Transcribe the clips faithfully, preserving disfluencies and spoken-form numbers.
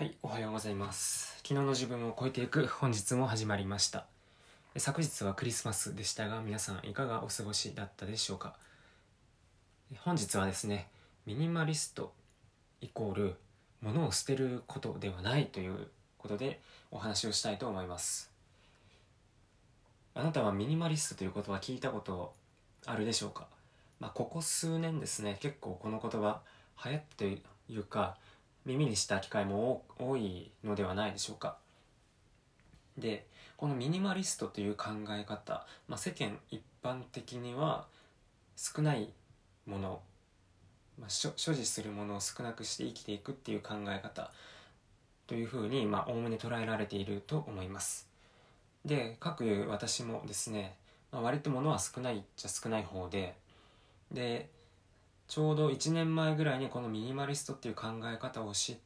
はい、おはようございます。昨日の自分を超えていく本日も始まりました。昨日はクリスマスでしたが、皆さんいかがお過ごしだったでしょうか。本日はですね、ミニマリストイコール物を捨てることではないということでお話をしたいと思います。あなたはミニマリストという言葉聞いたことあるでしょうか。まあ、ここ数年ですね、結構この言葉流行ってというか耳にした機会も多いのではないでしょうか。で、このミニマリストという考え方、まあ、世間一般的には少ないもの、まあ、所持するものを少なくして生きていくっていう考え方というふうにまあ概ね捉えられていると思います。で、かくいう私もですね、まあ、割と物は少ないっちゃ少ない方で、でちょうどいちねんまえぐらいにこのミニマリストっていう考え方を知って、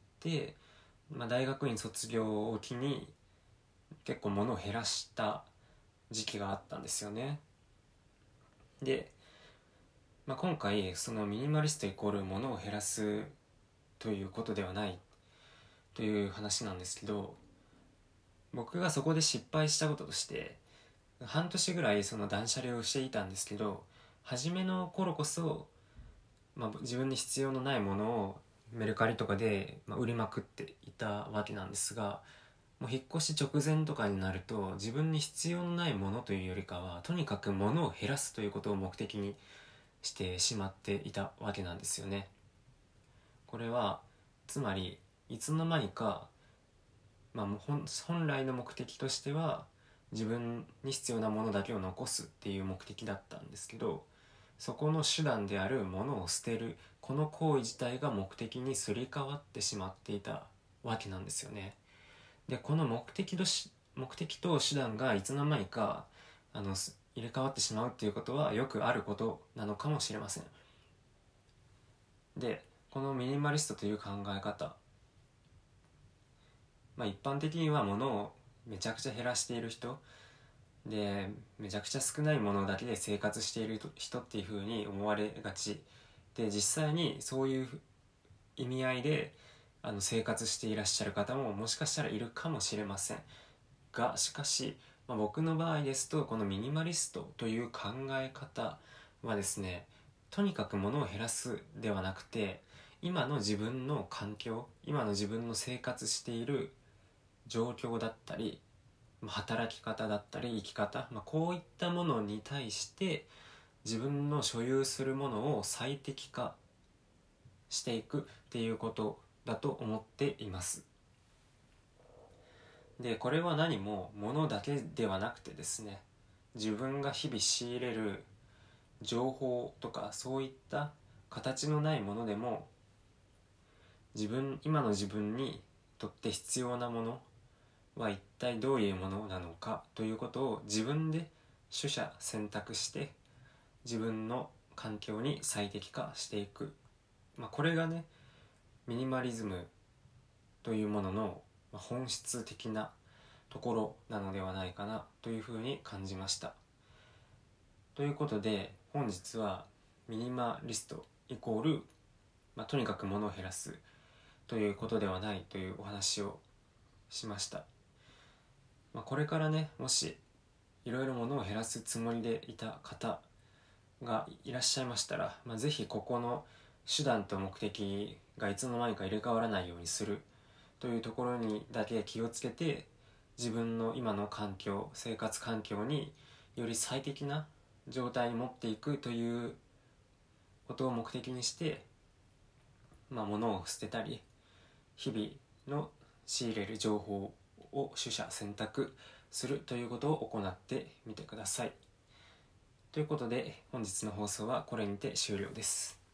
まあ、大学院卒業を機に結構物を減らした時期があったんですよね。で、まあ、今回そのミニマリストイコール物を減らすということではないという話なんですけど、僕がそこで失敗したこととして半年ぐらいその断捨離をしていたんですけど、初めの頃こそ、まあ、自分に必要のないものをメルカリとかで売りまくっていたわけなんですが、もう引っ越し直前とかになると自分に必要のないものというよりかはとにかく物を減らすということを目的にしてしまっていたわけなんですよね。これはつまりいつの間にか、まあ、本本来の目的としては自分に必要なものだけを残すっていう目的だったんですけど、そこの手段であるものを捨てるこの行為自体が目的にすり替わってしまっていたわけなんですよね。で、この目的とし目的と手段がいつの間にかあの入れ替わってしまうっていうことはよくあることなのかもしれません。で、このミニマリストという考え方、まあ、一般的には物をめちゃくちゃ減らしている人で、めちゃくちゃ少ないものだけで生活している人っていう風に思われがちで、実際にそういう意味合いであの生活していらっしゃる方ももしかしたらいるかもしれませんが、しかし、まあ、僕の場合ですとこのミニマリストという考え方はですね、とにかく物を減らすではなくて、今の自分の環境、今の自分の生活している状況だったり働き方だったり生き方、まあ、こういったものに対して自分の所有するものを最適化していくっていうことだと思っています。で、これは何も物だけではなくてですね、自分が日々仕入れる情報とかそういった形のないものでも、自分今の自分にとって必要なものは一体どういうものなのかということを自分で取捨選択して自分の環境に最適化していく、まあ、これがねミニマリズムというものの本質的なところなのではないかなというふうに感じました。ということで本日はミニマリストイコール、まあ、とにかく物を減らすということではないというお話をしました。まあ、これからね、もしいろいろ物を減らすつもりでいた方がいらっしゃいましたら、まあ、ぜひここの手段と目的がいつの間にか入れ替わらないようにするというところにだけ気をつけて、自分の今の環境、生活環境により最適な状態に持っていくということを目的にして、まあ、物を捨てたり日々の仕入れる情報を取捨選択するということを行ってみてください。ということで本日の放送はこれにて終了です。